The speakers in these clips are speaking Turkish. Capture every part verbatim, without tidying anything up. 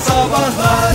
Sabahlar.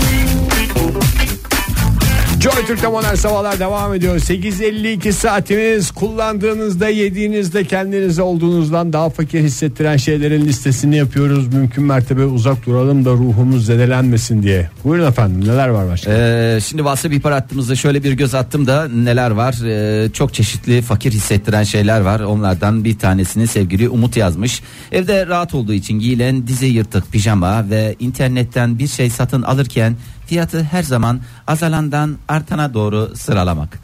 Joy Türk'te modern sabahlar devam ediyor. sekiz elli iki saatimiz. Kullandığınızda, yediğinizde kendinizi olduğunuzdan daha fakir hissettiren şeylerin listesini yapıyoruz. Mümkün mertebe uzak duralım da ruhumuz zedelenmesin diye. Buyurun efendim, neler var başka? Ee, şimdi WhatsApp ihbar hattımızda şöyle bir göz attım da neler var? Ee, çok çeşitli fakir hissettiren şeyler var. Onlardan bir tanesini sevgili Umut yazmış. Evde rahat olduğu için giyilen dizi yırtık pijama ve internetten bir şey satın alırken fiyatı her zaman azalandan artana doğru sıralamak.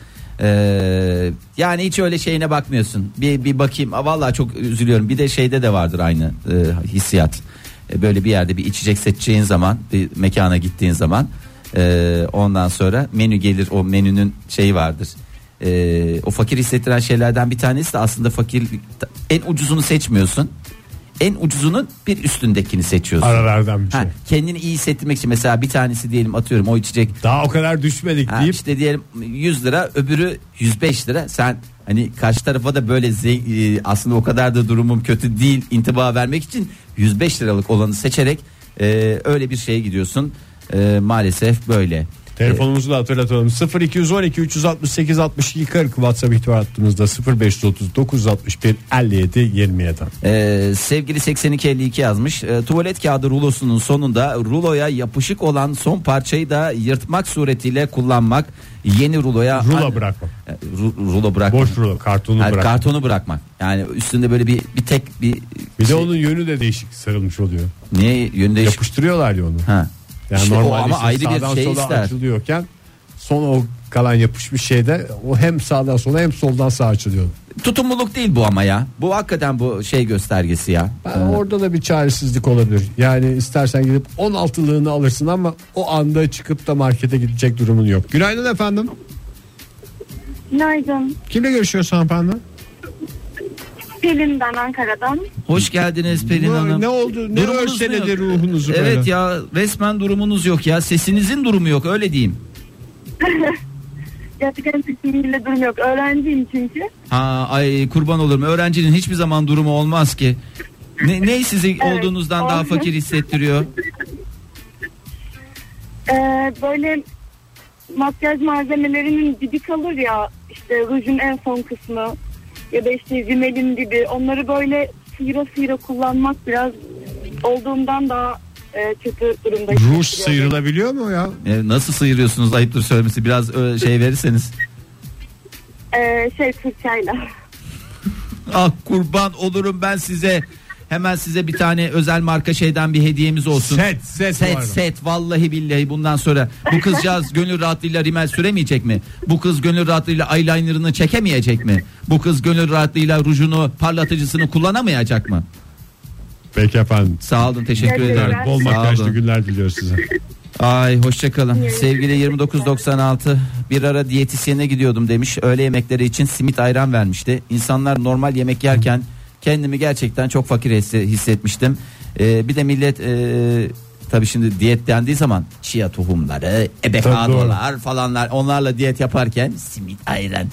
Ee, yani hiç öyle şeyine bakmıyorsun. Bir, bir bakayım. Vallahi çok üzülüyorum. Bir de şeyde de vardır aynı e, hissiyat. E, böyle bir yerde bir içecek seçeceğin zaman, bir mekana gittiğin zaman e, ondan sonra menü gelir. O menünün şeyi vardır. E, o fakir hissettiren şeylerden bir tanesi de aslında fakir, en ucuzunu seçmiyorsun. En ucuzunun bir üstündekini seçiyorsun. Aralardan bir şey. Ha, kendini iyi hissettirmek için mesela bir tanesi diyelim atıyorum o içecek. Daha o kadar düşmedik Ha, deyip. işte diyelim yüz lira, öbürü yüz beş lira. Sen hani karşı tarafa da böyle ze- aslında o kadar da durumum kötü değil intiba vermek için yüz beş liralık olanı seçerek e, öyle bir şeye gidiyorsun. E, maalesef böyle. Telefonumuzu da hatırlatalım. sıfır iki on iki üç altı sekiz altmış iki kırk WhatsApp ihbar hattımızda sıfır beş otuz dokuz altmış bir elli yedi yirmi yedi. Ee, sevgili seksen iki elli iki yazmış. Ee, tuvalet kağıdı rulosunun sonunda ruloya yapışık olan son parçayı da yırtmak suretiyle kullanmak. Yeni ruloya Rulo an- bırakmak. Ru- rulo bırakmak. Boş rulo, kartonu Yani bırakmak. kartonu bırakmak. Yani üstünde böyle bir bir tek bir Bir şey- de onun yönü de değişik sarılmış oluyor. niye yönü değişik? Yapıştırıyorlar ya onu. Ha. Yani İşte o normalde ama işte ayrı bir sağdan şey sola ister. açılıyorken son o kalan yapışmış şeyde o hem sağdan sola hem soldan sağa açılıyor. Tutumluluk değil bu ama ya. Bu hakikaten bu şey göstergesi ya. Ben orada da bir çaresizlik olabilir. Yani istersen gidip on altılığını alırsın ama o anda çıkıp da markete gidecek durumun yok. Günaydın efendim. Günaydın. Kimle görüşüyorsun efendim? Pelin ben Ankara'dan. Hoş geldiniz Pelin Ne- Hanım. ne oldu? Ne Durumunuz örseledi yok? ruhunuzu Evet böyle? ya, resmen durumunuz yok ya. Sesinizin durumu yok, öyle diyeyim. Gerçekten sesimle durum yok. Öğrenciyim çünkü. Ha, ay kurban olurum. Öğrencinin hiçbir zaman durumu olmaz ki. Ne, ne sizi Evet, olduğunuzdan daha olmaz. fakir hissettiriyor? Ee, böyle makyaj malzemelerinin dibi kalır ya. İşte rujun en son kısmı. Ya da işte rimelin dibi. Onları böyle sıyıra sıyıra kullanmak biraz olduğumdan daha e, kötü durumda. Ruj hissediyorum. sıyrılabiliyor mu ya? E, nasıl sıyırıyorsunuz, ayıptır söylemesi, biraz ö, şey verirseniz. Ee, şey fırçayla. Ah kurban olurum ben size. Hemen size bir tane özel marka şeyden bir hediyemiz olsun. Set, set var. Set set vallahi billahi bundan sonra bu kızcağız gönül rahatlığıyla rimel süremeyecek mi? Bu kız gönül rahatlığıyla eyelinerını çekemeyecek mi? Bu kız gönül rahatlığıyla rujunu, parlatıcısını kullanamayacak mı? Peki efendim. Sağ olun, teşekkür Evet, ederim. evet. Bol Sağ makyajlı olun. günler diliyoruz size. Ay hoşçakalın. Sevgili yirmi dokuz doksan altı, bir ara diyetisyene gidiyordum demiş. Öğle yemekleri için simit ayran vermişti. İnsanlar normal yemek yerken kendimi gerçekten çok fakir hisse- hissetmiştim. Ee, bir de millet e, tabii şimdi diyet dendiği zaman chia tohumları, ebekadolar falanlar, onlarla diyet yaparken simit ayran.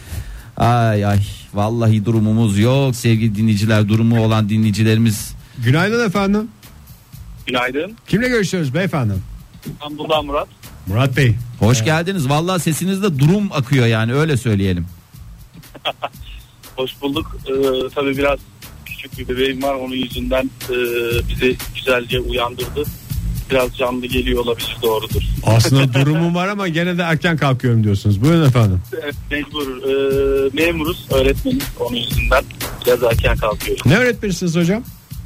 Ay ay vallahi durumumuz yok sevgili dinleyiciler, durumu olan dinleyicilerimiz. Günaydın efendim. Günaydın. Kimle görüşüyoruz beyefendi? İstanbul'dan Murat. Murat Bey. Hoş geldiniz. Vallahi sesinizde durum akıyor, yani öyle söyleyelim. Hoş bulduk. Ee, tabii biraz küçük bir bebeğim var. Onun yüzünden e, bizi güzelce uyandırdı. Biraz canlı geliyor olabilir, doğrudur. Aslında durumum var ama gene de erken kalkıyorum diyorsunuz. Buyurun efendim. Evet, mecbur. E, memuruz, öğretmeniz. Onun yüzünden biraz erken kalkıyoruz. Ne öğretmenisiniz hocam?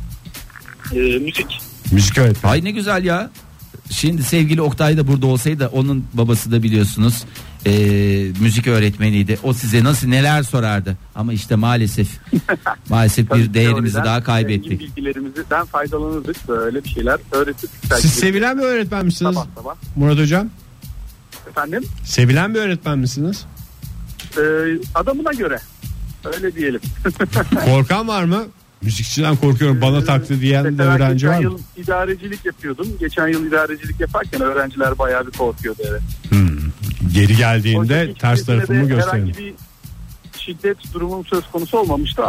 E, müzik. Müzik öğretmeni. Ay ne güzel ya. Şimdi sevgili Oktay da burada olsaydı, onun babası da biliyorsunuz e, müzik öğretmeniydi. O size nasıl neler sorardı. Ama işte maalesef maalesef bir değerimizi Teoriden, daha e, kaybettik. bilgilerimizden faydalanırdık. Böyle bir şeyler öğrettik. Siz sevilen bir öğretmen misiniz Sabah sabah. Murat hocam? Efendim? Sevilen bir öğretmen misiniz? E, adamına göre. Öyle diyelim. Korkan var mı? Müzikçiden korkuyorum bana taktı diyen de Mesela öğrenci geçen var mı? yıl idarecilik yapıyordum. Geçen yıl idarecilik yaparken öğrenciler bayağı bir korkuyordu, evet. Hmm. Geri geldiğinde Oysa ters hiçbirisinde tarafımı de gösterin. herhangi bir şiddet durumum söz konusu olmamıştı ama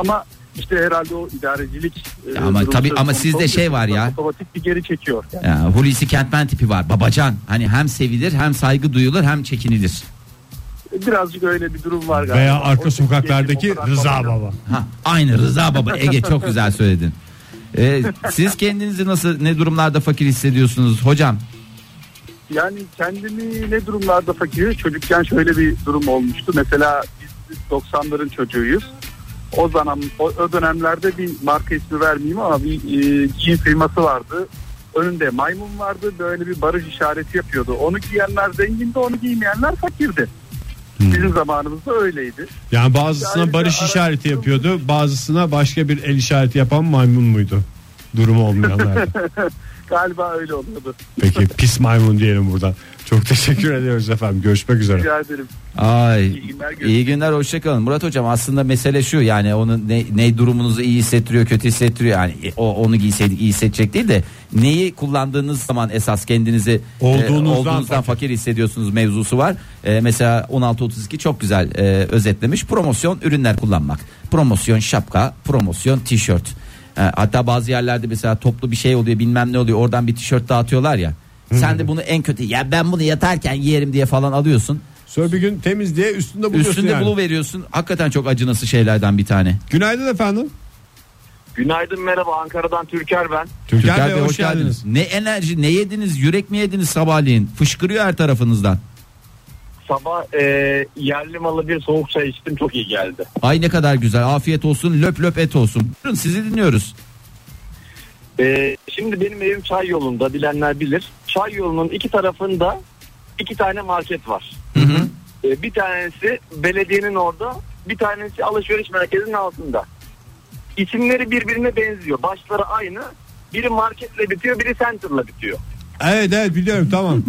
İşte herhalde o idarecilik. Ya ama tabii ama sizde şey var ya. Otomatik bir geri çekiyor. Yani. Ya, Hulusi Kentmen tipi var. Babacan. Hani hem sevilir hem saygı duyulur hem çekinilir. Birazcık öyle bir durum var galiba. Veya arka o sokaklardaki Rıza Baba. Baba. Ha, aynı Rıza Baba. Ege çok güzel söyledin. Ee, siz kendinizi nasıl, ne durumlarda fakir hissediyorsunuz hocam? Yani kendimi ne durumlarda fakir? Çocukken şöyle bir durum olmuştu. Mesela biz doksanların çocuğuyuz. O zaman o, o dönemlerde bir marka ismi vermeyeyim ama bir e, giyim firması vardı. Önünde maymun vardı. Böyle bir barış işareti yapıyordu. Onu giyenler zengindi, onu giymeyenler fakirdi. Hmm. Bizim zamanımızda öyleydi. Yani bazısına yani barış işareti yapıyordu, bazısına başka bir el işareti yapan maymun muydu? Durumu olmayanlardı. Galiba öyle oluyordu. Peki pis maymun diyelim buradan. Çok teşekkür ediyoruz efendim. Görüşmek üzere. Rica ederim. Ay, iyi günler, iyi günler, hoşçakalın. Murat hocam, aslında mesele şu, yani onun ne, ne durumunuzu iyi hissettiriyor, kötü hissettiriyor, yani o onu giyseydik iyi hissedecek değil de neyi kullandığınız zaman esas kendinizi olduğunuzdan, e, olduğunuzdan fakir. fakir hissediyorsunuz mevzusu var. E, mesela on altı otuz iki çok güzel e, özetlemiş. Promosyon ürünler kullanmak. Promosyon şapka, promosyon tişört. E, hatta bazı yerlerde mesela toplu bir şey oluyor, bilmem ne oluyor, oradan bir tişört dağıtıyorlar ya. Sen hmm. de bunu en kötü, ya ben bunu yatarken giyerim diye falan alıyorsun. Sonra bir gün temiz diye üstünde buluyorsun. Üstünde yani. buluveriyorsun. Hakikaten çok acınası şeylerden bir tane. Günaydın efendim. Günaydın, merhaba, Ankara'dan Türker ben. Türker, Türker Bey, Bey hoş geldiniz. geldiniz. Ne enerji, ne yediniz, yürek mi yediniz sabahleyin? Fışkırıyor her tarafınızdan. Sabah e, yerli malı bir soğuk çay içtim, çok iyi geldi. Ay ne kadar güzel, afiyet olsun, löp löp et olsun. Buyurun, sizi dinliyoruz. Ee, şimdi benim evim Çay yolunda, bilenler bilir. Çay yolunun iki tarafında iki tane market var. Hı hı. Ee, bir tanesi belediyenin orada, bir tanesi alışveriş merkezinin altında. İsimleri birbirine benziyor. Başları aynı. Biri marketle bitiyor, biri center'la bitiyor. Evet evet biliyorum, tamam.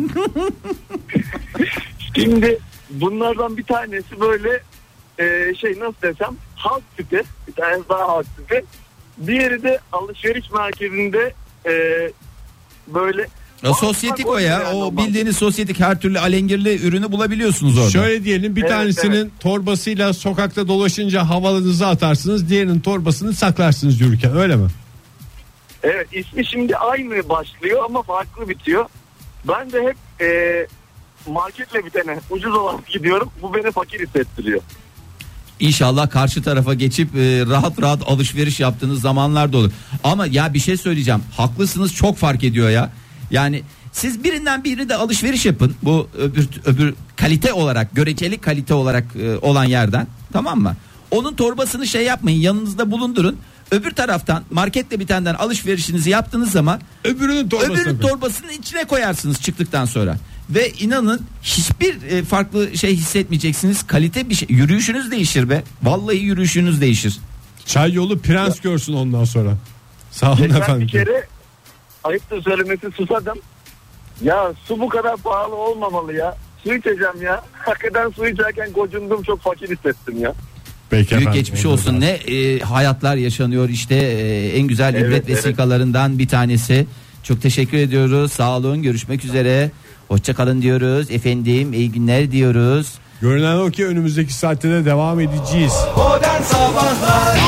Şimdi bunlardan bir tanesi böyle e, şey nasıl desem halk tipi, bir tanesi daha halk tipi. Diğeri de alışveriş merkezinde e, böyle o sosyetik o ya, o bildiğiniz sosyetik, her türlü alengirli ürünü bulabiliyorsunuz orada. Şöyle diyelim, bir evet, tanesinin evet. torbasıyla sokakta dolaşınca havalarınızı atarsınız, diğerinin torbasını saklarsınız yürürken, öyle mi? Evet, ismi şimdi aynı başlıyor ama farklı bitiyor. Ben de hep e, marketle bitene ucuz olarak gidiyorum, bu beni fakir hissettiriyor. İnşallah karşı tarafa geçip e, rahat rahat alışveriş yaptığınız zamanlar da olur. Ama ya bir şey söyleyeceğim. Haklısınız, çok fark ediyor ya. Yani siz birinden birini de alışveriş yapın. Bu öbür öbür kalite olarak, göreceli kalite olarak e, olan yerden, tamam mı? Onun torbasını şey yapmayın, yanınızda bulundurun. Öbür taraftan marketle bitenden alışverişinizi yaptığınız zaman öbürünün torbasını, öbürünün torbasının içine koyarsınız çıktıktan sonra. Ve inanın hiçbir e, farklı şey hissetmeyeceksiniz. Kalite bir şey. Yürüyüşünüz değişir be. Vallahi yürüyüşünüz değişir. Çay yolu prens ya. Görsün ondan sonra. Sağ olun Geçen efendim. Bir kere ayıptır söylemesi susadım. Ya su bu kadar pahalı olmamalı ya. Su içeceğim ya. Hakikaten su içerken gocundum, çok fakir hissettim ya. Peki büyük efendim, geçmiş olsun. Var. Ne e, hayatlar yaşanıyor işte, e, en güzel evet, ibret evet. vesikalarından bir tanesi. Çok teşekkür ediyoruz. Sağ olun. Görüşmek üzere. Hoşça kalın diyoruz efendim, iyi günler diyoruz. Görünen o ki önümüzdeki saatte de devam edeceğiz. Modern Sabahlar.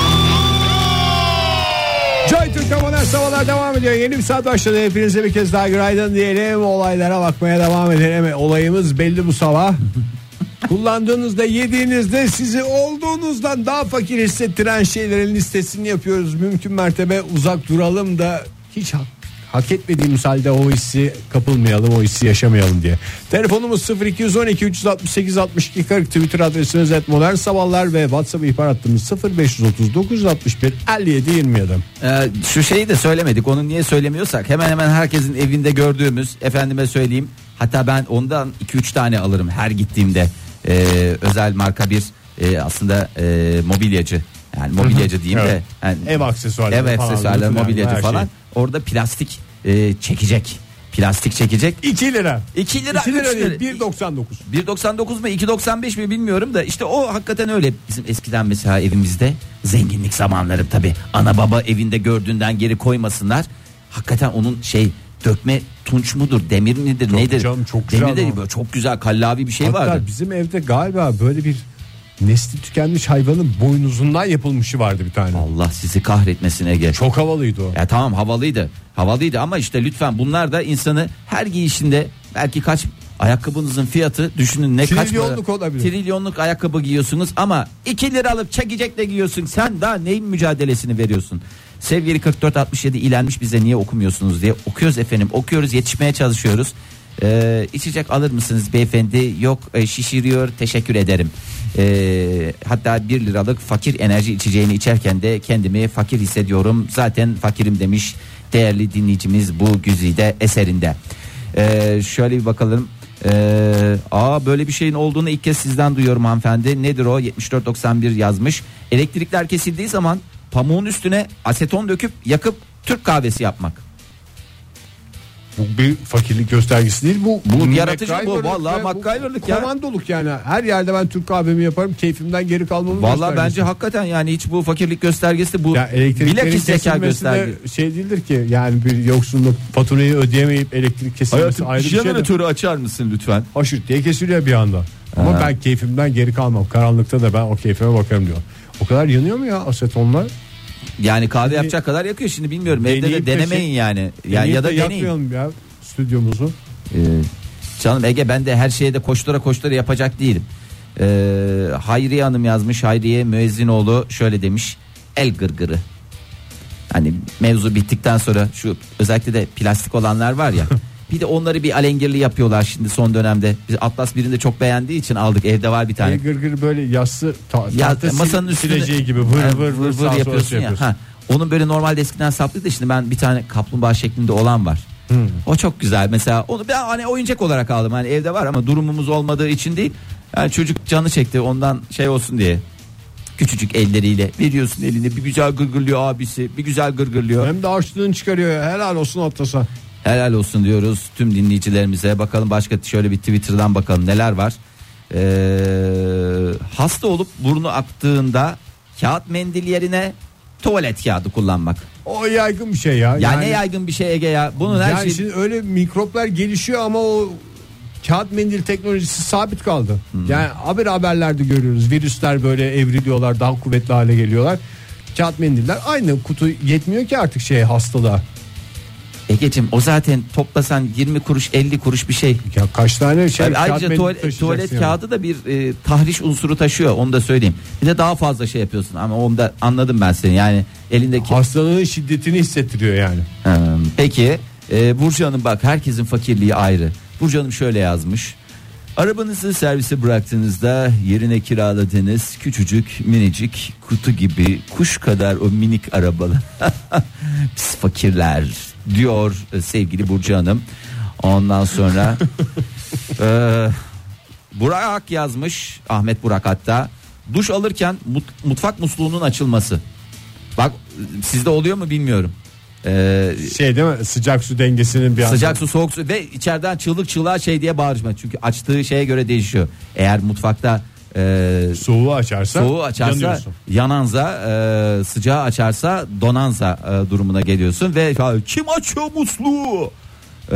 Joy Türk'te Modern Sabahlar devam ediyor. Yeni bir saat başladı. Hepinize bir kez daha günaydın diyelim. Olaylara bakmaya devam edelim. Olayımız belli bu sabah. Kullandığınızda, yediğinizde sizi olduğunuzdan daha fakir hissettiren şeylerin listesini yapıyoruz. Mümkün mertebe uzak duralım da hiç hak Hak etmediğimiz halde o hissi kapılmayalım, o hissi yaşamayalım diye. Telefonumuz sıfır iki on iki üç altı sekiz altmış iki kırk, Twitter adresimiz et modern sabahlar ve WhatsApp ihbar hattımız sıfır beş otuz dokuz altmış bir elli yedi yirmi yedi. Ee, şu şeyi de söylemedik, onu niye söylemiyorsak, hemen hemen herkesin evinde gördüğümüz, efendime söyleyeyim, hatta ben ondan iki üç tane alırım her gittiğimde, ee, özel marka bir e, aslında e, mobilyacı. Yani mobilyacı diyeyim evet. de yani, ev aksesuarları, ev aksesuarları, mobilyacı falan. Şey. Orada plastik e, çekecek. Plastik çekecek. iki lira. iki lira. iki lira değil, bir doksan dokuz. bir doksan dokuz mu iki doksan beş mi bilmiyorum da işte o hakikaten öyle. Bizim eskiden mesela evimizde zenginlik zamanları, tabii ana baba evinde gördüğünden geri koymasınlar. Hakikaten onun şey dökme tunç mudur, demir midir, çok nedir? Canım, çok güzel. Demir de böyle çok güzel kallavi bir şey hatta vardı. Bizim evde galiba böyle bir nesli tükenmiş hayvanın boynuzundan yapılmışı vardı bir tane. Allah sizi kahretmesin Ege. Çok havalıydı o. Ya tamam havalıydı. Havalıydı ama işte lütfen bunlar da insanı her giyişinde belki kaç ayakkabınızın fiyatı düşünün ne kaç Trilyonluk olabilir. Trilyonluk ayakkabı giyiyorsunuz ama iki lira alıp çekecekle giyiyorsun. Sen daha neyin mücadelesini veriyorsun? Sevgili kırk dört altmış yedi ilenmiş bize niye okumuyorsunuz diye. Okuyoruz efendim, okuyoruz, yetişmeye çalışıyoruz. Ee, içecek alır mısınız beyefendi? Yok e, şişiriyor, teşekkür ederim. Ee, hatta bir liralık fakir enerji içeceğini içerken de kendimi fakir hissediyorum. Zaten fakirim demiş değerli dinleyicimiz bu güzide eserinde. Ee, şöyle bir bakalım. Ee, aa böyle bir şeyin olduğunu ilk kez sizden duyuyorum hanımefendi. Nedir o? yetmiş dört doksan bir yazmış. Elektrikler kesildiği zaman pamuğun üstüne aseton döküp yakıp Türk kahvesi yapmak. Bu bir fakirlik göstergesi değil bu. Bu bir yaratıcı bu, MacGyver'lık vallahi ve bu MacGyver'lık ya. Komandoluk yani. Her yerde ben Türk kahvemi yaparım, keyfimden geri kalmamı Vallahi göstergesi. bence hakikaten yani hiç bu fakirlik göstergesi bu Ya elektriklerin bilakis zeka kesilmesi göstergesi. de şey değildir ki yani bir yoksunluk faturayı ödeyemeyip elektrik kesilmesi Hayatım ayrı bir şey de. jeneratörü açar mısın lütfen? Haşırt diye kesiliyor bir anda. Ama Ha. ben keyfimden geri kalmam. Karanlıkta da ben o keyfime bakarım diyor. O kadar yanıyor mu ya asetonlar? Yani kahve yapacak kadar yakıyor şimdi bilmiyorum. Evde de Deneyip de denemeyin şey- yani. Yani Deneyip ya da de deneyin. yakmayalım ya stüdyomuzu. Ee, canım Ege ben de her şeye de koştura koştura yapacak değilim. Ee, Hayriye Hanım yazmış. Hayriye Müezzinoğlu şöyle demiş. El gırgırı. Hani mevzu bittikten sonra şu özellikle de plastik olanlar var ya. Bir de onları bir alengirli yapıyorlar şimdi son dönemde. Biz Atlas birinde çok beğendiği için aldık. Evde var bir tane. El gırgır böyle yassı ta- Ya, tahta masanın sil- üstüne sileceği gibi vır Ha, vır vır, vır yapıyorsun ya. Ha, onun böyle normalde eskiden saplıydı, şimdi ben bir tane kaplumbağa şeklinde olan var. Hmm. O çok güzel. Mesela onu ben hani oyuncak olarak aldım. Hani evde var ama durumumuz olmadığı için değil. Yani çocuk canı çekti ondan şey olsun diye. Küçücük elleriyle veriyorsun eline bir güzel gırgırlıyor abisi. Bir güzel gırgırlıyor. Hem de harçlığını çıkarıyor. Helal olsun Atlas'a. Helal olsun diyoruz tüm dinleyicilerimize. Bakalım başka şöyle bir Twitter'dan bakalım neler var. Ee, hasta olup burnu aktığında kağıt mendil yerine tuvalet kağıdı kullanmak. O yaygın bir şey ya. Ya yani, ne yaygın bir şey Ege ya. Bunun her yani şey şimdi öyle mikroplar gelişiyor ama o kağıt mendil teknolojisi sabit kaldı. Hmm. Yani haber haberlerde görüyoruz. Virüsler böyle evriliyorlar, daha kuvvetli hale geliyorlar. Kağıt mendiller aynı kutu yetmiyor ki artık şeye hastalığa. Egeciğim o zaten toplasan yirmi kuruş elli kuruş bir şey. Ya kaç tane şey Tabii kağıt ayrıca mendil tuvalet, taşıyacaksın tuvalet yani. kağıdı da bir e, tahriş unsuru taşıyor, onu da söyleyeyim. Bir de daha fazla şey yapıyorsun ama onu da anladım ben seni. Yani elindeki Hastalığın şiddetini hissettiriyor yani. Hmm, peki e, Burcu Hanım bak herkesin fakirliği ayrı. Burcu Hanım şöyle yazmış. Arabanızı servise bıraktığınızda yerine kiraladığınız küçücük minicik kutu gibi kuş kadar o minik arabalar. Pis fakirler diyor e, sevgili Burcu Hanım. Ondan sonra e, Burak Ak yazmış, Ahmet Burak hatta. Duş alırken mut- mutfak musluğunun açılması. Bak sizde oluyor mu bilmiyorum. Ee, Şey değil mi, sıcak su dengesinin bir sıcak anda- su soğuk su ve içeriden çığlık çığlığa şey diye bağırma. Çünkü açtığı şeye göre değişiyor. Eğer mutfakta e, soğuğu açarsa, soğuğu açarsa yanıyorsun. yananza, e, sıcağı açarsa donanza e, durumuna geliyorsun ve kim açıyor musluğu? E,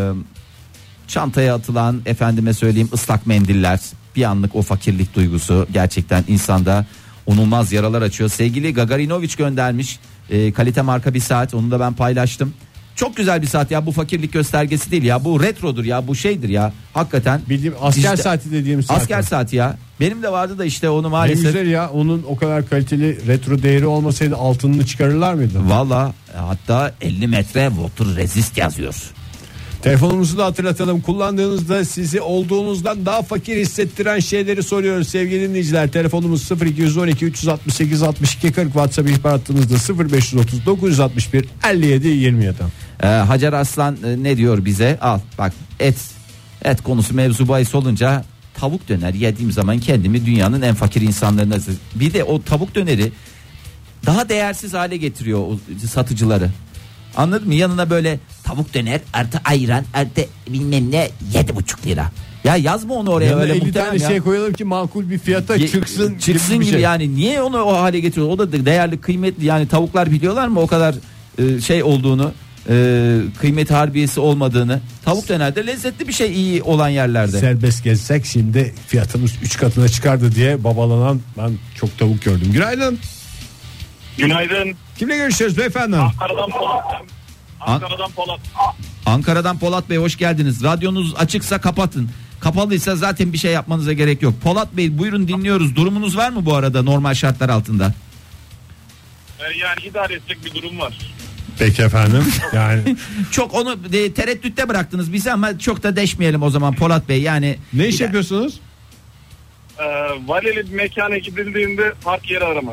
çantaya atılan efendime söyleyeyim ıslak mendiller, bir anlık o fakirlik duygusu gerçekten insanda onulmaz yaralar açıyor. Sevgili Gagarinovic göndermiş e, kalite marka bir saat, onu da ben paylaştım. Çok güzel bir saat ya, bu fakirlik göstergesi değil ya, bu retrodur ya, bu şeydir ya hakikaten. Bildiğim asker Dijita- saati dediğim saat. Asker saati ya. Benim de vardı da işte onu Ne maalesef. güzel ya, onun o kadar kaliteli retro değeri olmasaydı altınını çıkarırlar mıydı? Valla hatta elli metre water resist yazıyor. Telefonumuzu da hatırlatalım. Kullandığınızda sizi olduğunuzdan daha fakir hissettiren şeyleri soruyoruz sevgili dinleyiciler. Telefonumuz sıfır iki on iki üç altı sekiz altmış iki kırk, WhatsApp ihbar hattımızda sıfır beş otuz dokuz altmış bir elli yedi yirmi yedi. Ee, Hacer Aslan e, ne diyor bize? Al bak, et et konusu mevzu bahis olunca tavuk döner yediğim zaman kendimi dünyanın en fakir insanlarına, bir de o tavuk döneri daha değersiz hale getiriyor o satıcıları. Anladın mı? Yanına böyle tavuk döner artı ayran artı bilmem ne yedi buçuk lira. Ya yazma onu oraya Yanına öyle elli muhterem tane ya. şey koyalım ki makul bir fiyata Ye- çıksın, çıksın gibi, gibi, bir şey. yani niye onu o hale getiriyor? O da değerli kıymetli, yani tavuklar biliyorlar mı o kadar e, şey olduğunu? e, kıymet harbiyesi olmadığını. Tavuk döner de lezzetli bir şey iyi olan yerlerde. Serbest gezsek şimdi fiyatımız üç katına çıkardı diye babalanan ben çok tavuk gördüm. Günaydın. Günaydın. Kimle görüşüyoruz beyefendi? Ankara'dan Polat. Ankara'dan Polat. Ankara'dan Polat Bey hoş geldiniz. Radyonuz açıksa kapatın. Kapalıysa zaten bir şey yapmanıza gerek yok. Polat Bey buyurun dinliyoruz. Durumunuz var mı bu arada normal şartlar altında? Ee, yani idare edecek bir durum var. Peki efendim. Yani çok onu e, tereddütte bıraktınız bizi ama çok da deşmeyelim o zaman Polat Bey. Yani ne iş yapıyorsunuz? Ee, valili bir mekana gidildiğinde park yeri aramak.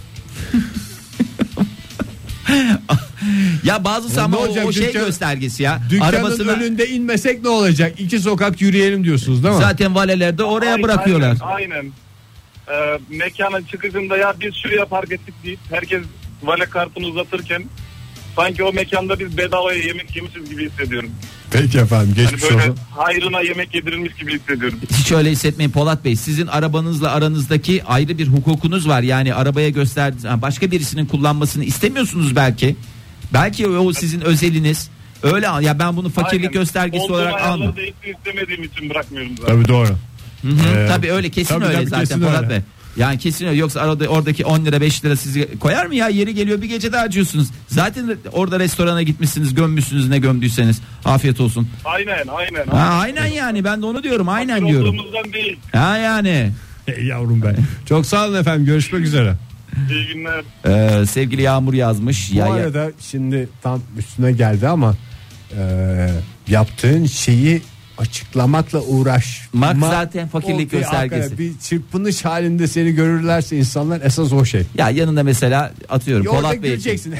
ya bazısı ama o, o şey dükkan, göstergesi ya. Dükkanın Arabasına, önünde inmesek ne olacak? İki sokak yürüyelim diyorsunuz değil mi? Zaten valiler de oraya aynen, bırakıyorlar. Aynen. aynen. Ee, mekanın çıkışında ya biz şuraya park ettik deyip herkes vale kartını uzatırken sanki o mekanda biz bedavaya yemek yemişiz gibi hissediyorum. Peki efendim geçmiş hani böyle olsun. hayrına yemek yedirilmiş gibi hissediyorum. Hiç öyle hissetmeyin Polat Bey. Sizin arabanızla aranızdaki ayrı bir hukukunuz var. Yani arabaya gösterdiğiniz başka birisinin kullanmasını istemiyorsunuz belki. Belki o sizin özeliniz. Öyle ya ben bunu fakirlik aynen. göstergesi Olduğum olarak almam. değişti istemediğim için bırakmıyorum zaten. Tabii doğru. Hı hı, Ee, tabii öyle kesin tabii, öyle tabii, zaten kesin Polat öyle. Bey. Yani kesin öyle. Yoksa arada oradaki on lira beş lira sizi koyar mı ya? Yeri geliyor bir gece de harcıyorsunuz. Zaten orada restorana gitmişsiniz, gömmüşsünüz ne gömdüyseniz. Afiyet olsun. Aynen aynen. Ha, aynen yani ben de onu diyorum. Aynen Fakir diyorum. olduğumuzdan değil. Ha yani. Ey yavrum ben. Çok sağ olun efendim. Görüşmek üzere. İyi günler. Ee, sevgili Yağmur yazmış. Bu ya, arada ya... şimdi tam üstüne geldi ama e, yaptığın şeyi açıklamakla uğraşmak zaten fakirlik göstergesi. Bir çırpınış halinde seni görürlerse insanlar esas o şey. Ya yanında mesela atıyorum Orada Polat Bey. göreceksin.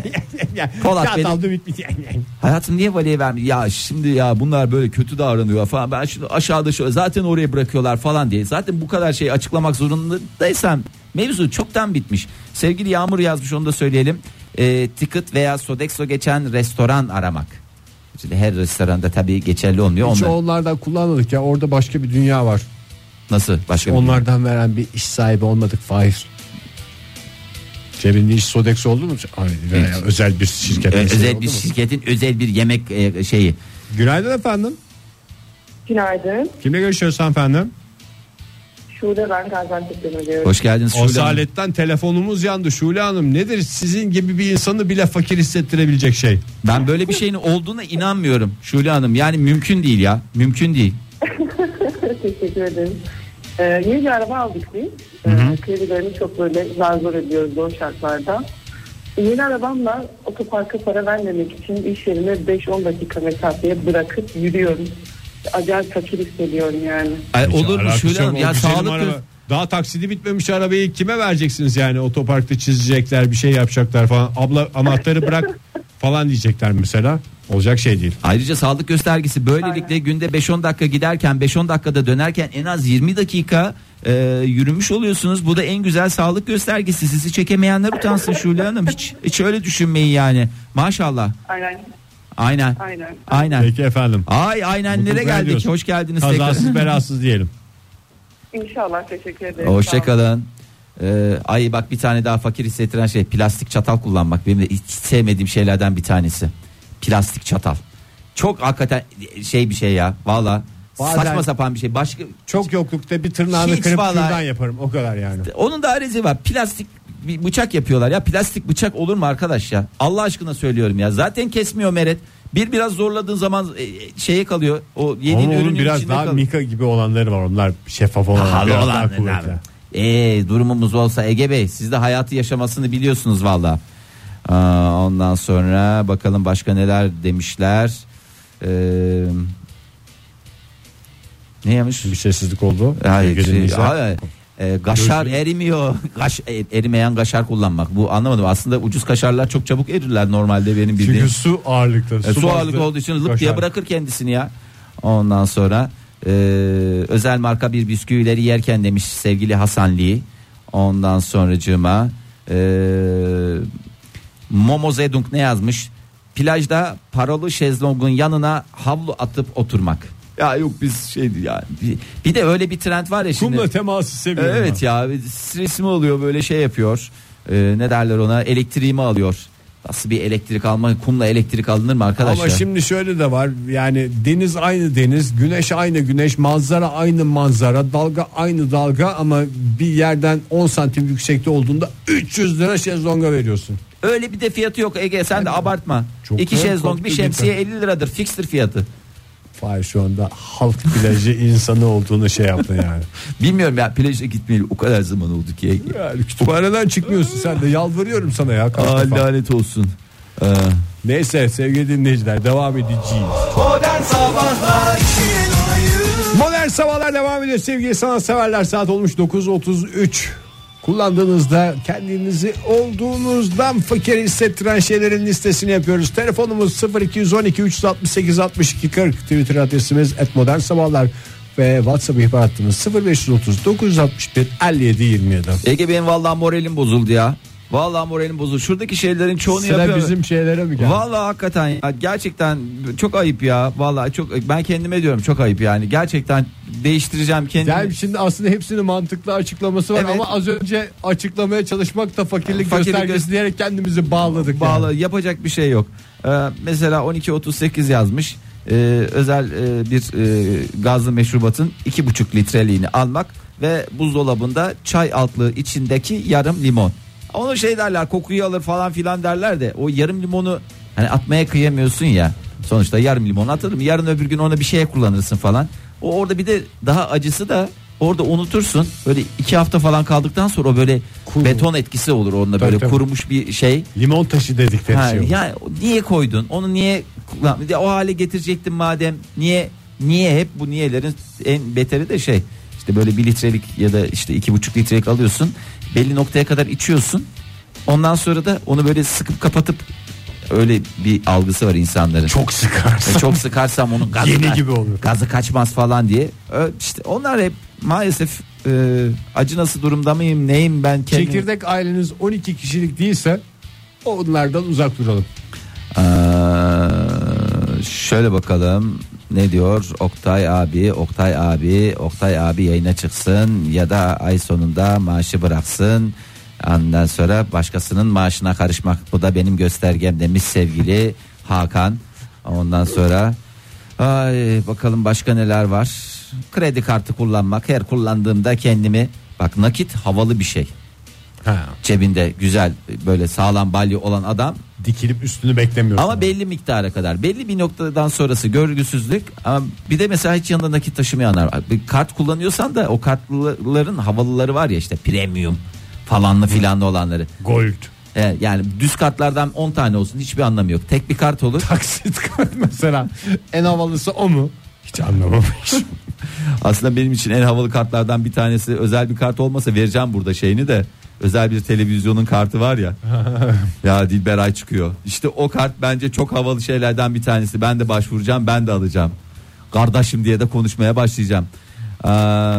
Polat Bey. Aldı bitmiş. Hayatım niye valiye vermiyor? Ya şimdi ya bunlar böyle kötü davranıyor falan. Ben şimdi aşağıda şöyle zaten oraya bırakıyorlar falan diye. Zaten bu kadar şeyi açıklamak zorundaysam mevzu çoktan bitmiş. Sevgili Yağmur yazmış onu da söyleyelim. E, ticket veya Sodexo geçen restoran aramak. Şimdi her restoranda tabii geçerli olmuyor. Hiç Onlar... onlardan kullanmadık ya. Orada başka bir dünya var. Nasıl? Başka bir onlardan dünya? Veren bir iş sahibi olmadık Fahir. Cebinde iş Sodexo oldu mu? Hayır, evet. Özel bir şirket. Ö- özel bir mu? şirketin özel bir yemek e, şeyi. Günaydın efendim. Günaydın. Kimle görüşüyoruz efendim? Şule ben Gaziantep'ten arıyorum. Hoş geldiniz Şule O Hanım. saletten telefonumuz yandı Şule Hanım. Nedir sizin gibi bir insanı bile fakir hissettirebilecek şey? Ben böyle bir şeyin olduğuna inanmıyorum Şule Hanım. Yani mümkün değil ya. Mümkün değil. Teşekkür ederim. Ee, yeni bir araba aldık biz. Ee, kredilerini çok böyle zar zor ediyoruz o şartlarda. Yeni arabamla otoparka para vermemek için iş yerine beş on dakika mesafeye bırakıp yürüyorum. Acayip fakir hissediyorum yani. Ay, olur mu Alakası Şule yok, Hanım? o Ya güzelim sağlık araba. göz... Daha taksidi bitmemiş arabayı kime vereceksiniz yani? Otoparkta çizecekler, bir şey yapacaklar falan. Abla anahtarı bırak falan diyecekler mesela. Olacak şey değil. Ayrıca sağlık göstergesi böylelikle aynen. Günde beş on dakika giderken beş on dakikada dönerken en az yirmi dakika e, yürümüş oluyorsunuz. Bu da en güzel sağlık göstergesi. Sizi çekemeyenler utansın Şule Hanım. Hiç, hiç öyle düşünmeyin yani. Maşallah. Aynen. Aynen. Aynen. Aynen. Peki efendim. Ay aynenlere geldik. Diyorsun. Hoş geldiniz. Kazasız belasız diyelim. İnşallah, teşekkür ederim. Hoşçakalın. Ee, ay bak bir tane daha fakir hissettiren şey plastik çatal kullanmak. Benim de hiç sevmediğim şeylerden bir tanesi. Plastik çatal. Çok hakikaten şey bir şey ya. Valla saçma sapan bir şey. Başka çok yoklukta bir tırnağını hiç kırıp vallahi, kürdan yaparım o kadar yani. Onun da arezi var. Plastik bir bıçak yapıyorlar ya. Plastik bıçak olur mu arkadaş ya? Allah aşkına söylüyorum ya. Zaten kesmiyor meret. Bir biraz zorladığın zaman e, şeye kalıyor. O yediğin ürünün biraz içinde daha kalıyor. mika gibi olanları var. Onlar şeffaf olanlar. Biraz daha kuvvetli. Eee durumumuz olsa Ege Bey siz de hayatı yaşamasını biliyorsunuz valla. Ondan sonra bakalım başka neler demişler. Ee, ne yemiş? Bir sessizlik oldu. Hayır, şey, hayır. E, kaşar Gözlük. erimiyor. Kaş, erimeyen kaşar kullanmak. Bu anlamadım. Aslında ucuz kaşarlar çok çabuk erirler normalde benim bildiğim. Çünkü su ağırlıkta. E, su, su ağırlıklı olduğu için lıp diye bırakır kendisini ya. Ondan sonra e, özel marka bir bisküvileri yerken demiş sevgili Hasan Lee. Ondan sonracığıma e, Momo Zedung ne yazmış? Plajda paralı şezlongun yanına havlu atıp oturmak. Ya yok biz şeydi ya. Bir, bir de öyle bir trend var ya şimdi. Kumla teması seviyorum. Evet ben. Ya stresimi oluyor böyle şey yapıyor. Ee, ne derler ona? Elektriğimi alıyor. Nasıl bir elektrik alma, kumla elektrik alınır mı arkadaş Ama ya? şimdi şöyle de var, yani deniz aynı deniz, güneş aynı güneş, manzara aynı manzara, dalga aynı dalga ama bir yerden on santim yüksekte olduğunda üç yüz lira şezlonga veriyorsun. Öyle bir de fiyatı yok Ege, sen de abartma. Çok İki da şezlong bir korktu şemsiye cidden. elli liradır, fikstir fiyatı. Fahir şu anda halk plajı insanı olduğunu şey yaptı yani. Bilmiyorum ya, plaja gitmeyeli o kadar zaman oldu ki Ege. Yani kütüphaneden çıkmıyorsun sen de, yalvarıyorum sana ya. Aa, lanet olsun. Ee, Neyse sevgili dinleyiciler, devam edeceğiz. Modern Sabahlar Modern Sabahlar devam ediyor sevgili sanatseverler. Saat olmuş dokuz otuz üç. Kullandığınızda kendinizi olduğunuzdan fakir hissettiren şeylerin listesini yapıyoruz. Telefonumuz sıfır iki on iki üç altı sekiz altmış iki kırk, Twitter adresimiz et modern sabahlar ve WhatsApp ihbar hattımız sıfır beş otuz dokuz altmış bir elli yedi yirmi yedi. Ege benim vallahi moralim bozuldu ya. Vallahi moralim bozuldu. Şuradaki şeylerin çoğunu Sıra yapıyor. bizim şeylere mi geldi? Vallahi hakikaten ya, gerçekten çok ayıp ya. Vallahi çok, ben kendime diyorum çok ayıp yani. Gerçekten değiştireceğim kendimi. Yani şimdi aslında hepsinin mantıklı açıklaması var, Evet. ama az önce açıklamaya çalışmak da fakirlik, Fakirlik göstergesi göster- diyerek kendimizi bağladık. Bağlı, yani. yapacak bir şey yok. Ee, mesela on iki otuz sekiz yazmış. Ee, özel e, bir e, gazlı meşrubatın iki buçuk litreliğini almak ve buzdolabında çay altlığı içindeki yarım limon. Onu şey derler, kokuyu alır falan filan derler de o yarım limonu hani atmaya kıyamıyorsun ya. Sonuçta yarım limon atılır, yarın öbür gün ona bir şeye kullanırsın falan. O orada bir de daha acısı da orada unutursun. Böyle iki hafta falan kaldıktan sonra o böyle Kuru. beton etkisi olur onunla, Tabii, böyle tabii. kurumuş bir şey. Limon taşı dedikleri Ha, şey. olur. yani niye koydun? Onu niye kullan? Ya o hale getirecektin madem. Niye niye hep bu niyelerin en beteri de şey. İşte böyle bir litrelik ya da işte iki buçuk litrelik alıyorsun. Belli noktaya kadar içiyorsun. Ondan sonra da onu böyle sıkıp kapatıp, öyle bir algısı var insanların. Çok sıkarsın. Ve çok sıkarsam onun gazı, Yeni ka- gibi olur. gazı kaçmaz falan diye. Ö, işte onlar hep maalesef e, acı nasıl durumda mıyım neyim ben kendim. Çekirdek aileniz on iki kişilik değilse onlardan uzak duralım. Ee, şöyle bakalım ne diyor Oktay abi. Oktay abi Oktay abi yayına çıksın ya da ay sonunda maaşı bıraksın. Ondan sonra başkasının maaşına karışmak, bu da benim göstergem demiş sevgili Hakan. Ondan sonra ay bakalım başka neler var. Kredi kartı kullanmak, her kullandığımda kendimi, bak nakit havalı bir şey. Ha. Cebinde güzel böyle sağlam balya olan adam. Dikilip üstünü beklemiyorsun. Ama belli miktara kadar, belli bir noktadan sonrası görgüsüzlük. Ama bir de mesela hiç yanında nakit taşımayanlar var. Bir kart kullanıyorsan da o kartların havalıları var ya, işte premium falanlı filanlı olanları. Gold. Ee, yani düz kartlardan on tane olsun, hiçbir anlamı yok. Tek bir kart olur. Taksit kart mesela. En havalısı o mu? Hiç anlamamış. Aslında benim için en havalı kartlardan bir tanesi, özel bir kart olmasa vereceğim burada şeyini de. Özel bir televizyonun kartı var ya. Ya Dilberay çıkıyor. İşte o kart bence çok havalı şeylerden bir tanesi. Ben de başvuracağım, ben de alacağım. Kardeşim diye de konuşmaya başlayacağım. Ee,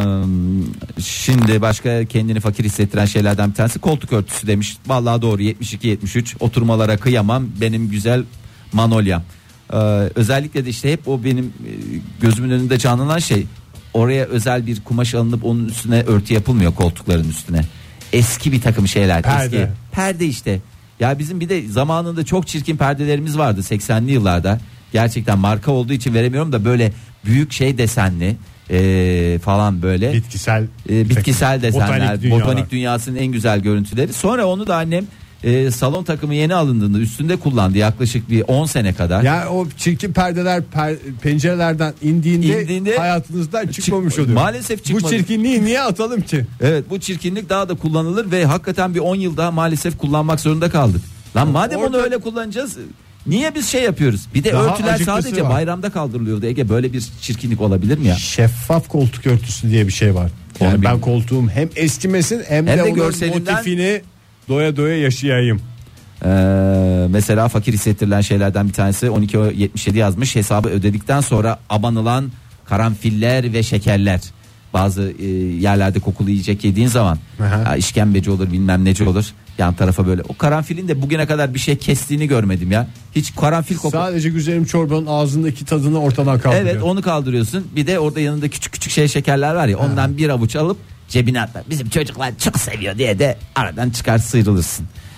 şimdi başka kendini fakir hissettiren şeylerden bir tanesi koltuk örtüsü demiş. Vallahi doğru, yetmiş iki yetmiş üç oturmalara kıyamam benim güzel Manolyam. Ee, özellikle de işte hep o benim e, gözümün önünde canlanan şey, oraya özel bir kumaş alınıp onun üstüne örtü yapılmıyor, koltukların üstüne. Eski bir takım şeyler. Perde. Eski. Perde işte. Ya bizim bir de zamanında çok çirkin perdelerimiz vardı seksenli yıllarda. Gerçekten marka olduğu için veremiyorum da, böyle büyük şey desenli e, falan böyle. Bitkisel. E, bitkisel desenler. Botanik dünyalar. Botanik dünyasının en güzel görüntüleri. Sonra onu da annem e, salon takımı yeni alındığında üstünde kullandı yaklaşık bir on sene kadar. Ya o çirkin perdeler per, pencerelerden indiğinde, İndiğinde hayatınızdan çıkmamış çık- oluyor. maalesef çıkmadı. Bu çirkinliği niye atalım ki? Evet, bu çirkinlik daha da kullanılır ve hakikaten bir on yıl daha maalesef kullanmak zorunda kaldık. Lan madem Orada- onu öyle kullanacağız, niye biz şey yapıyoruz? Bir de Daha örtüler acıklısı sadece var. bayramda kaldırılıyordu Ege, böyle bir çirkinlik olabilir mi ya? Şeffaf koltuk örtüsü diye bir şey var. Onu Yani ben bilmiyorum. koltuğum hem eskimesin hem, Hem de, de onun görselinden- motifini doya doya yaşayayım. Ee, mesela fakir hissettirilen şeylerden bir tanesi on iki yetmiş yedi yazmış. Hesabı ödedikten sonra abanılan karanfiller ve şekerler. Bazı e, yerlerde kokulu yiyecek yediğin zaman Aha. ya, işkembeci olur bilmem neci olur. Yan tarafa böyle. O karanfilin de bugüne kadar bir şey kestiğini görmedim ya. Hiç karanfil koku. Sadece güzelim çorbanın ağzındaki tadını ortadan kaldırıyor. Evet, onu kaldırıyorsun. Bir de orada yanında küçük küçük şey şekerler var ya. Ondan bir avuç alıp cebine atlar. Bizim çocuklar çok seviyor diye de aradan çıkar sıyrılırsın.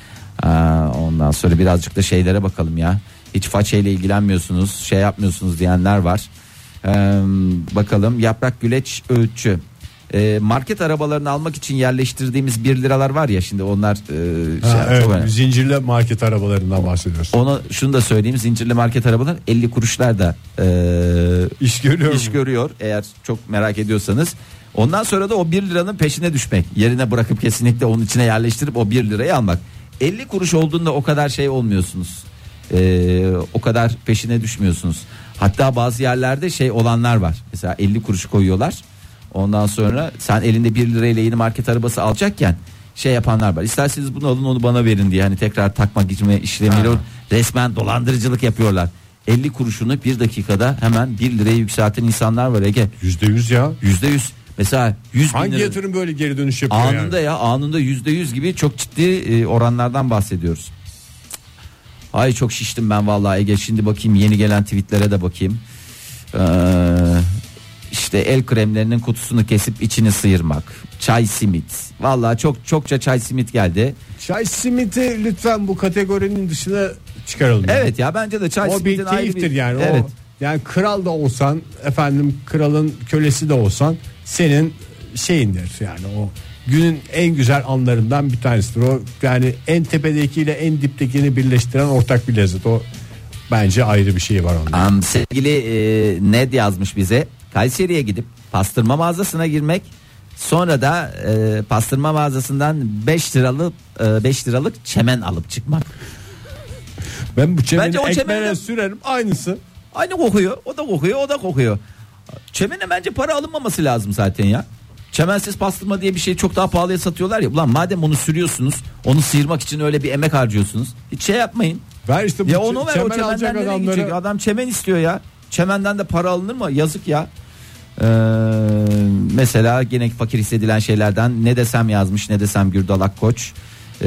Aa, ondan sonra birazcık da şeylere bakalım ya. Hiç façeyle ilgilenmiyorsunuz, şey yapmıyorsunuz diyenler var. Ee, bakalım Yaprak Güleç Öğütçü. Ee, market arabalarını almak için yerleştirdiğimiz bir liralar var ya, şimdi onlar e, şey, Ha, evet, çok zincirli market arabalarından bahsediyorsun. onu şunu da söyleyeyim, zincirli market arabalar elli kuruşlar da e, İş görüyor iş mu? görüyor eğer çok merak ediyorsanız. Ondan sonra da o bir liranın peşine düşmek, yerine bırakıp kesinlikle onun içine yerleştirip o bir lirayı almak. elli kuruş olduğunda o kadar şey olmuyorsunuz, ee, o kadar peşine düşmüyorsunuz. Hatta bazı yerlerde şey olanlar var, mesela elli kuruş koyuyorlar, ondan sonra sen elinde bir lirayla yeni market arabası alacakken şey yapanlar var, isterseniz bunu alın onu bana verin diye, hani tekrar takma girme işlemiyle resmen dolandırıcılık yapıyorlar. elli kuruşunu bir dakikada hemen bir liraya yükselten insanlar var Ege. yüzde yüz ya. yüzde yüz mesela yüz bin Hangi lira, yatırım böyle geri dönüş yapıyor anında yani? ya anında yüzde yüz gibi çok ciddi e, oranlardan bahsediyoruz. Ay çok şiştim ben vallahi Ege, şimdi bakayım yeni gelen tweetlere de bakayım. Ee, işte el kremlerinin kutusunu kesip içini sıyırmak, çay simit, vallahi çok çokça çay simit geldi. Çay simiti lütfen bu kategorinin dışına çıkaralım. Evet ya, bence de çay O bir simitin ayrı keyiftir bir, yani. evet. O, yani kral da olsan, efendim kralın kölesi de olsan senin şeyindir yani, o günün en güzel anlarından bir tanesidir. O yani en tepedekiyle en diptekini birleştiren ortak bir lezzet. O bence ayrı bir şey var onda. Um, sevgili e, Ned yazmış bize, Kayseri'ye gidip pastırma mağazasına girmek, sonra da e, pastırma mağazasından beş liralık e, beş liralık çemen alıp çıkmak. Ben bu çemeni Bence o ekmeğe çemeni- sürerim, aynısı. Aynı kokuyor, o da kokuyor, o da kokuyor. Çemene bence para alınmaması lazım zaten ya. Çemensiz pastırma diye bir şey çok daha pahalıya satıyorlar ya. Ulan madem onu sürüyorsunuz, onu sıyırmak için öyle bir emek harcıyorsunuz, hiç şey yapmayın. Ver işte bu Ya ç- onu ver, o çemen çemenden alacak nereye adamları. gidecek? Adam çemen istiyor ya. Çemenden de para alınır mı? Yazık ya. Ee, mesela gene fakir hissedilen şeylerden ne desem yazmış, ne desem Gürdal Akkoç. Ee,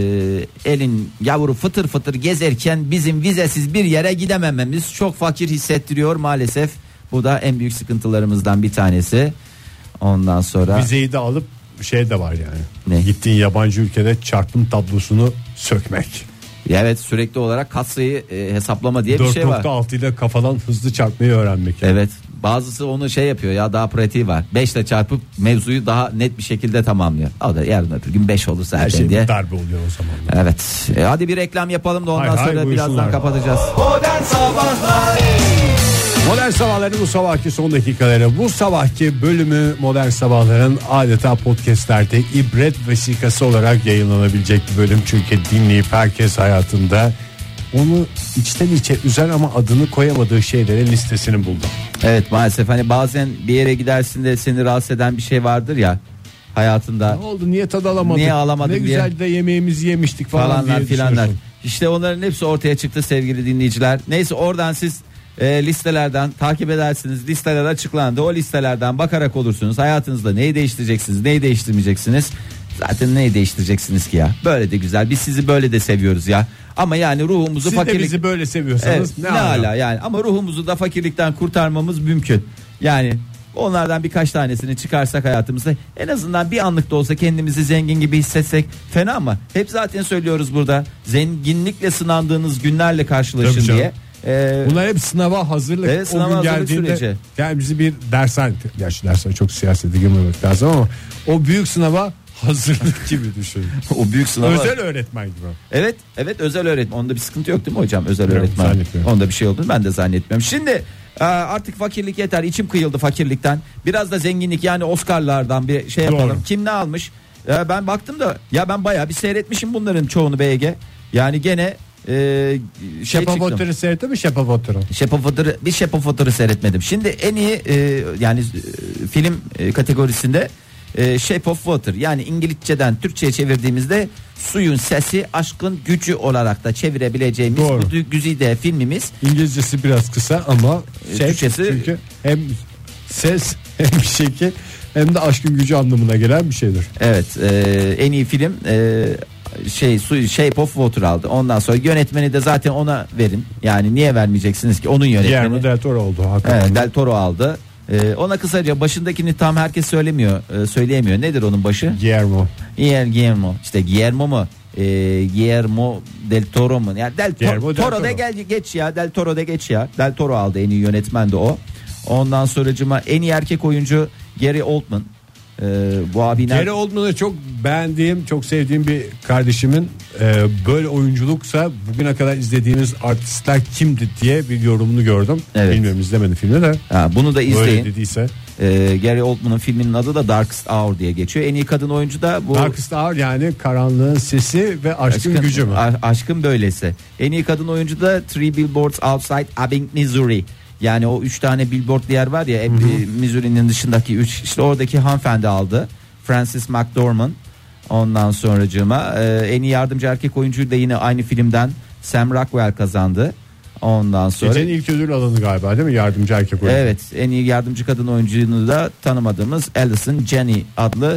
elin yavru fıtır fıtır gezerken bizim vizesiz bir yere gidemememiz çok fakir hissettiriyor maalesef. Bu da en büyük sıkıntılarımızdan bir tanesi. Ondan sonra Vizeyi de alıp şey de var yani. Ne? Gittiğin yabancı ülkede çarpım tablosunu sökmek. evet, sürekli olarak katsayı e, hesaplama diye bir şey var. dört nokta altı ile kafadan hızlı çarpmayı öğrenmek. Yani. Evet, bazısı onu şey yapıyor ya, daha pratiği var. beş ile çarpıp mevzuyu daha net bir şekilde tamamlıyor. O da yarın öbür gün beş olur zaten Her şey diye. bir darbe oluyor o zaman. Evet. E, hadi bir reklam yapalım da ondan Hay hay, sonra buyursunlar. birazdan kapatacağız. Modern Sabahlar Modern Sabahların bu sabahki son dakikaları, bu sabahki bölümü Modern Sabahların adeta podcastlerde ibret vesikası olarak yayınlanabilecek bir bölüm. Çünkü dinleyip herkes hayatında onu içten içe üzen ama adını koyamadığı şeylerin listesini buldu. Evet, maalesef hani bazen bir yere gidersin de seni rahatsız eden bir şey vardır ya hayatında. Ne oldu, niye tad alamadık? Niye alamadık Ne diye. güzel de yemeğimizi yemiştik falan Falanlar diye filanlar. düşünüyorsun. İşte onların hepsi ortaya çıktı sevgili dinleyiciler. Neyse, oradan siz e, listelerden takip edersiniz. Listeler açıklandı. O listelerden bakarak olursunuz. Hayatınızda neyi değiştireceksiniz, neyi değiştirmeyeceksiniz. Zaten neyi değiştireceksiniz ki ya? Böyle de güzel. Biz sizi böyle de seviyoruz ya. Ama yani ruhumuzu Siz fakirlik... de bizi böyle seviyorsanız Evet, ne, ne ala. hala yani, ama ruhumuzu da fakirlikten kurtarmamız mümkün. Yani onlardan birkaç tanesini çıkarsak hayatımızda, en azından bir anlık da olsa kendimizi zengin gibi hissetsek fena mı? Hep zaten söylüyoruz burada, zenginlikle sınandığınız günlerle karşılaşın Tabii canım. diye. Ee, Bunlar hep sınava hazırlık. Evet, sınava o gün hazırlık geldiğinde süreci. yani bizi bir dersen, gerçi dersen çok siyasete girmemek lazım ama o büyük sınava hazırlık gibi düşün. o büyük sınava. Özel öğretmen gibi. Evet, evet, özel öğretmen. Onda bir sıkıntı yok değil mi hocam? Özel Yok, öğretmen. zannetmiyorum. Onda bir şey olduğunu ben de zannetmiyorum. Şimdi e, artık fakirlik yeter. İçim kıyıldı fakirlikten. Biraz da zenginlik, yani Oscar'lardan bir şey yapalım. Doğru. Kim ne almış? E, ben baktım da ya, ben bayağı bir seyretmişim bunların çoğunu B G. Yani gene e, şey Şapa çıktım. Potter'ı seyretti mi Şapa Potter'ı? Shape of Water'ı, bir Shape of Water'ı seyretmedim. Şimdi en iyi e, yani e, film e, kategorisinde e, Shape of Water, yani İngilizceden Türkçe'ye çevirdiğimizde suyun sesi, aşkın gücü olarak da çevirebileceğimiz Doğru. bu güzide filmimiz. İngilizcesi biraz kısa ama şey, Türkçesi- çünkü hem ses hem şekil hem de aşkın gücü anlamına gelen bir şeydir. Evet, e, en iyi film e, şey su Shape of Water aldı. Ondan sonra yönetmeni de zaten ona verin. Yani niye vermeyeceksiniz ki, onun yönetmeni. Guillermo del Toro oldu hakikaten. Evet, Del Toro aldı. E, ona kısaca başındakini tam herkes söylemiyor, e, söyleyemiyor. Nedir onun başı? Guillermo. Guillermo. İşte Guillermo mu? e, Guillermo del Toro mu? Yani Del Guillermo Toro, del Toro Toro. de gel geç ya. Del Toro de geç ya. Del Toro aldı, en iyi yönetmen de o. Ondan sonracıma en iyi erkek oyuncu Gary Oldman. Ee, bu abinin Gary Oldman'ı çok beğendiğim, çok sevdiğim bir kardeşimin e, böyle oyunculuksa bugüne kadar izlediğimiz artistler kimdi diye bir yorumunu gördüm. Evet. Bilmiyorum, izlemedim filmi de. ha, bunu da Öyle izleyin. dediyse. Ee, Gary Oldman'ın filminin adı da Darkest Hour diye geçiyor. En iyi kadın oyuncu da bu. Darkest Hour, yani karanlığın sesi ve aşkın, gücü mü? a- aşkın böylesi. En iyi kadın oyuncu da Three Billboards Outside Ebbing, Missouri. Yani o üç tane billboard yer var ya, Eb- Missouri'nin dışındaki üç, işte oradaki hanımefendi aldı. Frances McDormand. Ondan sonracığıma e, en iyi yardımcı erkek oyuncuyu da yine aynı filmden Sam Rockwell kazandı. Ondan sonra Gecenin ilk ödül alanı galiba, değil mi? Yardımcı erkek oyuncu. evet, en iyi yardımcı kadın oyuncunu da tanımadığımız Alison Janney adlı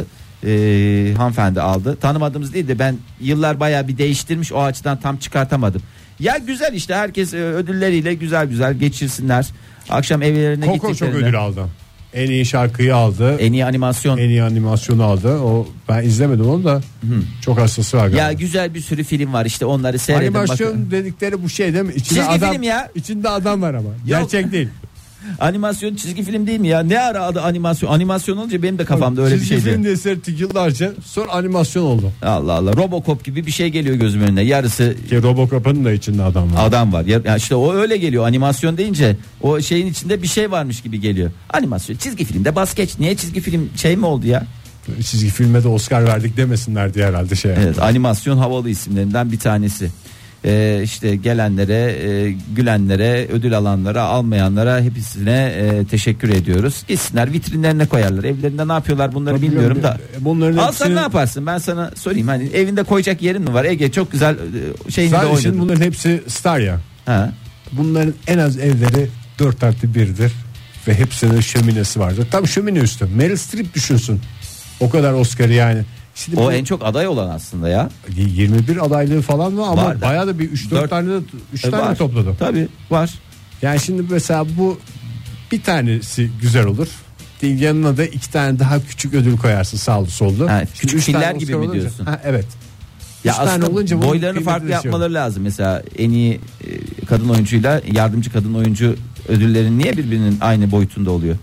e, hanımefendi aldı. Tanımadığımız değil de ben yıllar bayağı bir değiştirmiş, o açıdan tam çıkartamadım. Ya güzel işte, herkes e, ödülleriyle güzel güzel geçirsinler. Akşam evlerine Coco çok gittiklerinde. ödül aldı. En iyi şarkıyı aldı. En iyi animasyon. En iyi animasyonu aldı. O, ben izlemedim onu da. Çok hastası var galiba. Ya güzel bir sürü film var işte, onları seyredin. Animasyon bakın. dedikleri bu şey değil mi? İçinde Çizgi adam, film ya. İçinde adam var ama. Gerçek değil. Animasyon çizgi film değil mi ya? Ne ara adı animasyon? Animasyon olunca benim de kafamda öyle bir Çizgi şeydi. film diye seyrettik yıllarca, sonra animasyon oldu. Allah Allah, Robocop gibi bir şey geliyor gözümün önüne. Yarısı Ki Robocop'un da içinde adam var. adam var. Ya ya işte o öyle geliyor. Animasyon deyince o şeyin içinde bir şey varmış gibi geliyor. Animasyon, çizgi filmde bas geç. Niye çizgi film şey mi oldu ya? Çizgi filme de Oscar verdik demesinler diye herhalde şey. Evet, animasyon havalı isimlerinden bir tanesi. Ee, işte gelenlere, e, gülenlere, ödül alanlara, almayanlara hepsine e, teşekkür ediyoruz. Gitsinler vitrinlerine koyarlar. Evlerinde ne yapıyorlar bunları bilmiyorum da. Bunların Alsan hepsini, ne yaparsın? Ben sana sorayım. Hani evinde koyacak yerin mi var? Ege çok güzel e, şeyini de sadece şimdi oynadın. bunların hepsi star ya. Ha. Bunların en az evleri dört artı birdir ve hepsinin şöminesi vardır. Tam şömine üstü. Meryl Streep düşünsün. O kadar Oscar'ı yani. Şimdi O bu en çok aday olan aslında ya. yirmi bir adaylığı falan mı ama Var da. bayağı da bir üç dört Dört- tane de üç E, tane var. topladı. Tabii var. Yani şimdi mesela bu bir tanesi güzel olur. Değil, yanına da iki tane daha küçük ödül koyarsın sağlı sollu. Ha, Şimdi küçük üç tane filler gibi Oscar mi olunca- diyorsun? Ha, evet. Ya Üç tane aslında olunca bunun boylarını kıymeti farklı değişiyor. yapmaları lazım. Mesela en iyi e, kadın oyuncuyla yardımcı kadın oyuncu ödülleri niye birbirinin aynı boyutunda oluyor?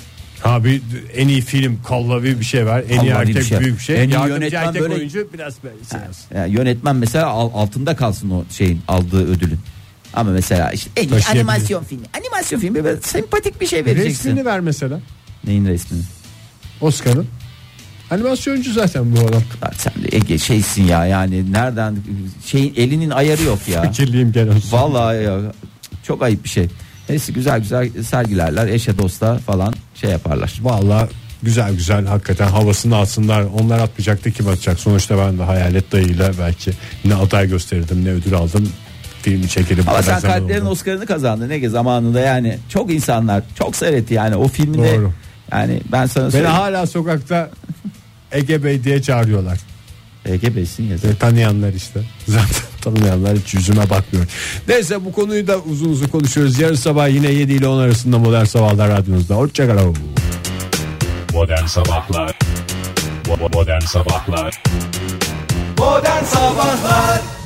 Ha, bir en iyi film kallavi bir şey var. En iyi Kallavi bir erkek şey. büyük bir şey. En iyi Yardımcı yönetmen erkek böyle- oyuncu biraz böyle şey olsun. Yani yönetmen mesela al- altında kalsın o şeyin aldığı ödülün. Ama mesela işte en iyi Taşıyabilir. animasyon filmi. Animasyon filmi böyle sempatik bir şey vereceksin. Resmini ver mesela. Neyin resmini? Oscar'ın. Animasyoncu zaten bu adam. Bak sen de Ege şeysin ya, yani nereden şeyin elinin ayarı yok ya. Fikirliyim gene. Vallahi ya, çok ayıp bir şey. Neyse, güzel güzel sergilerler, eşe dosta falan şey yaparlar. Vallahi güzel güzel hakikaten havasını atsınlar. Onlar atmayacaktı, kim atacak? Sonuçta ben de hayalet dayıyla belki ne aday gösterirdim ne ödül aldım. Filmi çekilip. Ama sen kadar zaman kalplerin oldu. Oscar'ını kazandın Ege zamanında, yani çok insanlar çok seyretti yani o filmde. Doğru. Yani ben sana Beni söyleyeyim. hala sokakta Ege Bey diye çağırıyorlar. Ege Bey'sin ya. E, tanıyanlar işte. Zaten tanımayanlar hiç yüzüme bakmıyor. Neyse, bu konuyu da uzun uzun konuşuyoruz. Yarın sabah yine yedi ile on arasında Modern Sabahlar radyonuzda. Hoşçakalın. Modern Sabahlar Bo- Modern Sabahlar Modern Sabahlar